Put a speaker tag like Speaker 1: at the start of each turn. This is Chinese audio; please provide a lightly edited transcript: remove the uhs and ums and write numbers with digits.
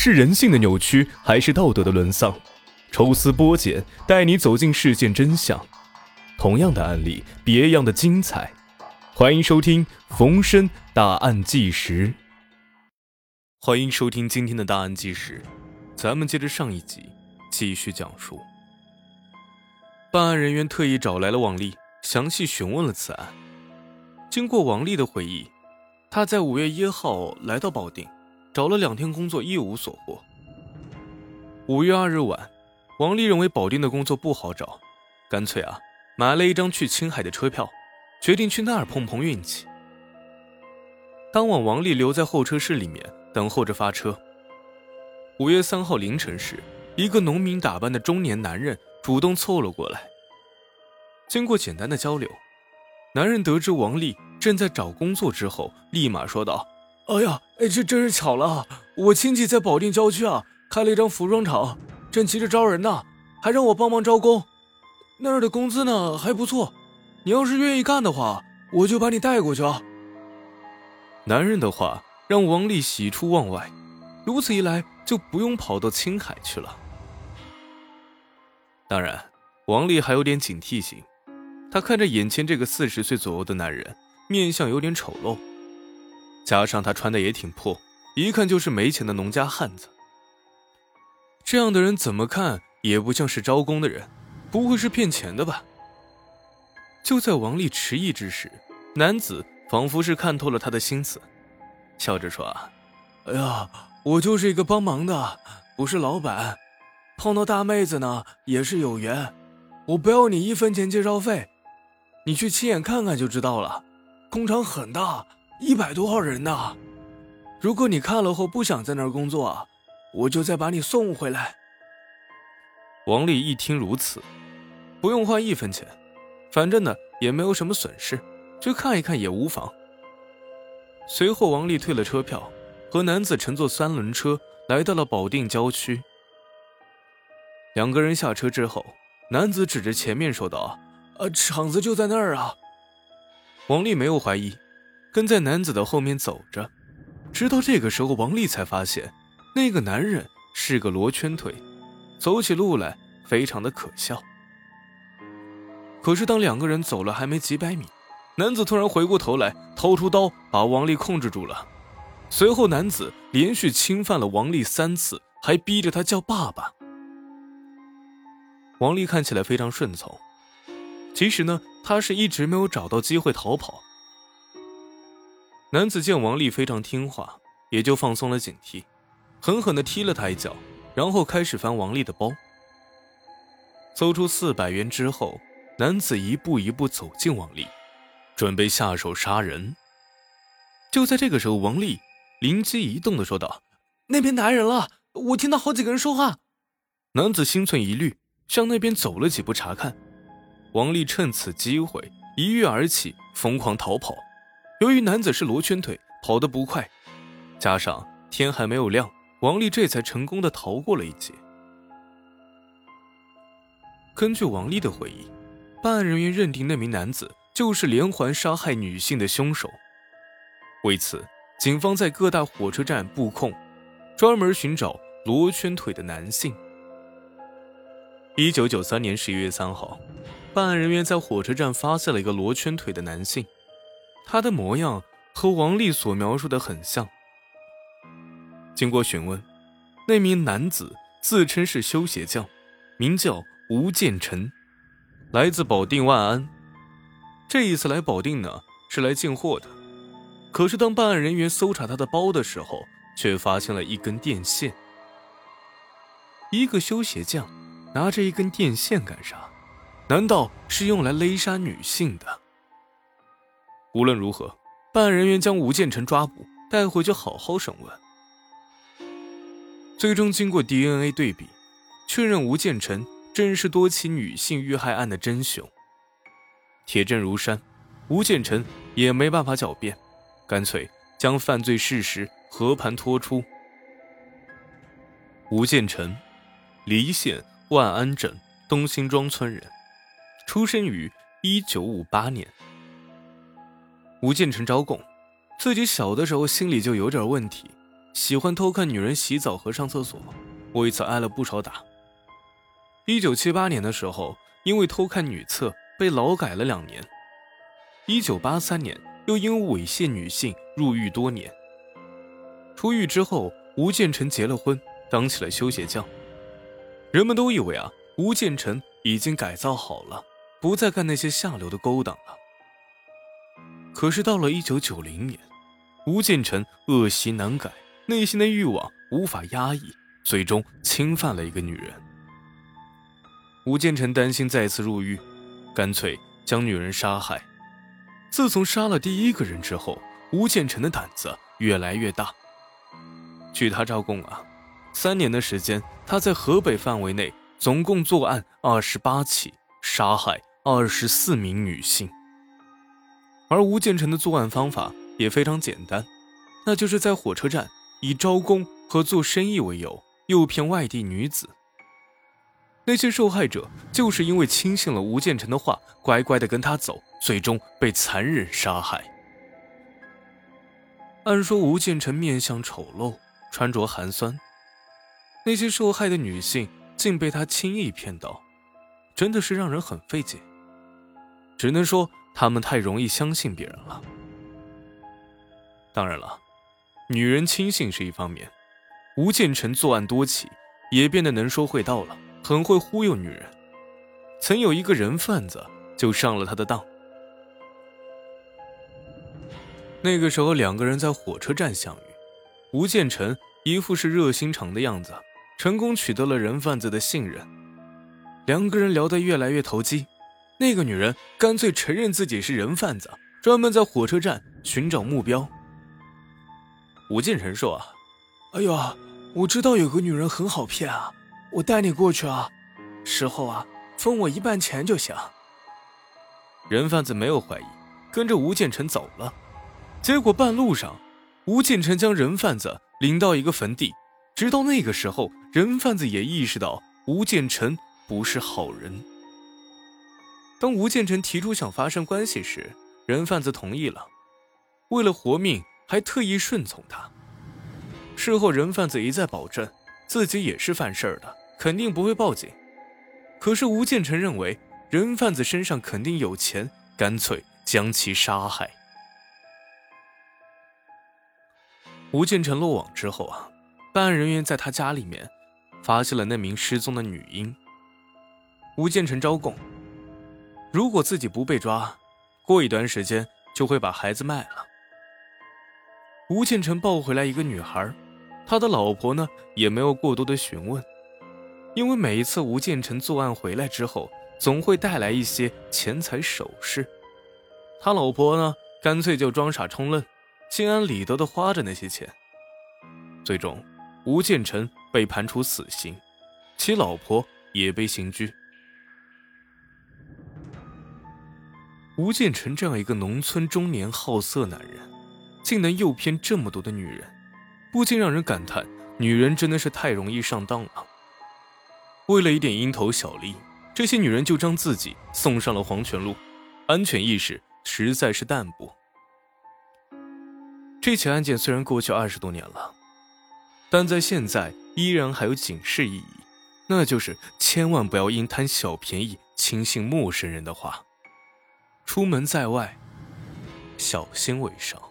Speaker 1: 是人性的扭曲，还是道德的沦丧？抽丝剥茧，带你走进事件真相。同样的案例，别样的精彩。欢迎收听冯生大案纪实。欢迎收听今天的大案纪实，咱们接着上一集继续讲述。办案人员特意找来了王丽，详细询问了此案。经过王丽的回忆，她在5月1号来到保定，找了2天工作，一无所获。5月2日晚，王丽认为保定的工作不好找，干脆买了一张去青海的车票，决定去那儿碰碰运气。当晚，王丽留在候车室里面等候着发车。5月3号凌晨时，一个农民打扮的中年男人主动凑了过来。经过简单的交流，男人得知王丽正在找工作之后，立马说道：哎呀，这真是巧了，我亲戚在保定郊区开了一张服装厂，正急着招人呢，还让我帮忙招工。那儿的工资呢还不错，你要是愿意干的话，我就把你带过去啊。男人的话让王丽喜出望外，如此一来就不用跑到青海去了。当然，王丽还有点警惕性，她看着眼前这个40岁左右的男人，面相有点丑陋，加上他穿的也挺破，一看就是没钱的农家汉子。这样的人怎么看也不像是招工的人，不会是骗钱的吧？就在王丽迟疑之时，男子仿佛是看透了他的心思，笑着说：哎呀，我就是一个帮忙的，不是老板，碰到大妹子呢也是有缘，我不要你1分钱介绍费，你去亲眼看看就知道了，工厂很大，100多号人呢。如果你看了后不想在那儿工作我就再把你送回来。王丽一听如此，不用花1分钱，反正呢也没有什么损失，去看一看也无妨。随后王丽退了车票，和男子乘坐3轮车来到了保定郊区。2个人下车之后，男子指着前面说道：厂子就在那儿啊。王丽没有怀疑，跟在男子的后面走着，直到这个时候王丽才发现那个男人是个罗圈腿，走起路来非常的可笑。可是当2个人走了还没几百米，男子突然回过头来，掏出刀把王丽控制住了。随后男子连续侵犯了王丽3次，还逼着她叫爸爸。王丽看起来非常顺从，其实呢她是一直没有找到机会逃跑。男子见王丽非常听话，也就放松了警惕，狠狠地踢了她一脚，然后开始翻王丽的包。搜出400元之后，男子一步一步走近王丽，准备下手杀人。就在这个时候，王丽灵机一动地说道：那边来人了，我听到好几个人说话。男子心存疑虑，向那边走了几步查看。王丽趁此机会一跃而起，疯狂逃跑。由于男子是罗圈腿，跑得不快，加上天还没有亮，王丽这才成功地逃过了一劫。根据王丽的回忆，办案人员认定那名男子就是连环杀害女性的凶手。为此，警方在各大火车站布控，专门寻找罗圈腿的男性。1993年11月3号，办案人员在火车站发现了一个罗圈腿的男性，他的模样和王丽所描述的很像。经过询问，那名男子自称是修鞋匠，名叫吴建成，来自保定万安。这一次来保定呢，是来进货的。可是当办案人员搜查他的包的时候，却发现了一根电线。一个修鞋匠拿着一根电线干啥？难道是用来勒杀女性的？无论如何，办案人员将吴建成抓捕，带回去好好审问。最终经过 DNA 对比，确认吴建成正是多起女性遇害案的真凶。铁证如山，吴建成也没办法狡辩，干脆将犯罪事实和盘托出。吴建成，黎县万安镇东辛庄村人，出生于1958年。吴建成招供，自己小的时候心里就有点问题， 喜欢偷看女人洗澡和上厕所，为此挨了不少打。1978年的时候，因为偷看女厕被劳改了2年。1983年又因为猥亵女性入狱多年。出狱之后，吴建成结了婚，当起了修鞋匠。人们都以为吴建成已经改造好了，不再干那些下流的勾当了。可是到了1990年，吴建成恶习难改，内心的欲望无法压抑，最终侵犯了一个女人。吴建成担心再次入狱，干脆将女人杀害。自从杀了第1个人之后，吴建成的胆子越来越大。据他招供3年的时间，他在河北范围内总共作案28起，杀害24名女性。而吴建成的作案方法也非常简单，那就是在火车站以招工和做生意为由，诱骗外地女子。那些受害者就是因为轻信了吴建成的话，乖乖地跟他走，最终被残忍杀害。按说吴建成面相丑陋，穿着寒酸，那些受害的女性竟被他轻易骗到，真的是让人很费解。只能说他们太容易相信别人了。当然了，女人轻信是一方面，吴建成作案多起，也变得能说会道了，很会忽悠女人。曾有一个人贩子就上了他的当。那个时候2个人在火车站相遇，吴建成一副是热心肠的样子，成功取得了人贩子的信任。2个人聊得越来越投机，那个女人干脆承认自己是人贩子，专门在火车站寻找目标。吴建成说哎呦，我知道有个女人很好骗我带你过去事后分我1半钱就行。人贩子没有怀疑，跟着吴建成走了。结果半路上，吴建成将人贩子领到一个坟地，直到那个时候，人贩子也意识到吴建成不是好人。当吴建成提出想发生关系时，人贩子同意了，为了活命还特意顺从他。事后人贩子一再保证自己也是犯事的，肯定不会报警。可是吴建成认为人贩子身上肯定有钱，干脆将其杀害。吴建成落网之后办案人员在他家里面发现了那名失踪的女婴。吴建成招供，如果自己不被抓，过一段时间就会把孩子卖了。吴建成抱回来一个女孩，他的老婆呢也没有过多的询问，因为每一次吴建成作案回来之后，总会带来一些钱财首饰。他老婆呢干脆就装傻充愣，心安理得地花着那些钱。最终吴建成被判处死刑，其老婆也被刑拘。吴建成这样一个农村中年好色男人，竟能诱骗这么多的女人，不禁让人感叹，女人真的是太容易上当了。为了一点蝇头小利，这些女人就将自己送上了黄泉路，安全意识实在是淡薄。这起案件虽然过去20多年了，但在现在依然还有警示意义，那就是千万不要因贪小便宜轻信陌生人的话，出门在外小心为上。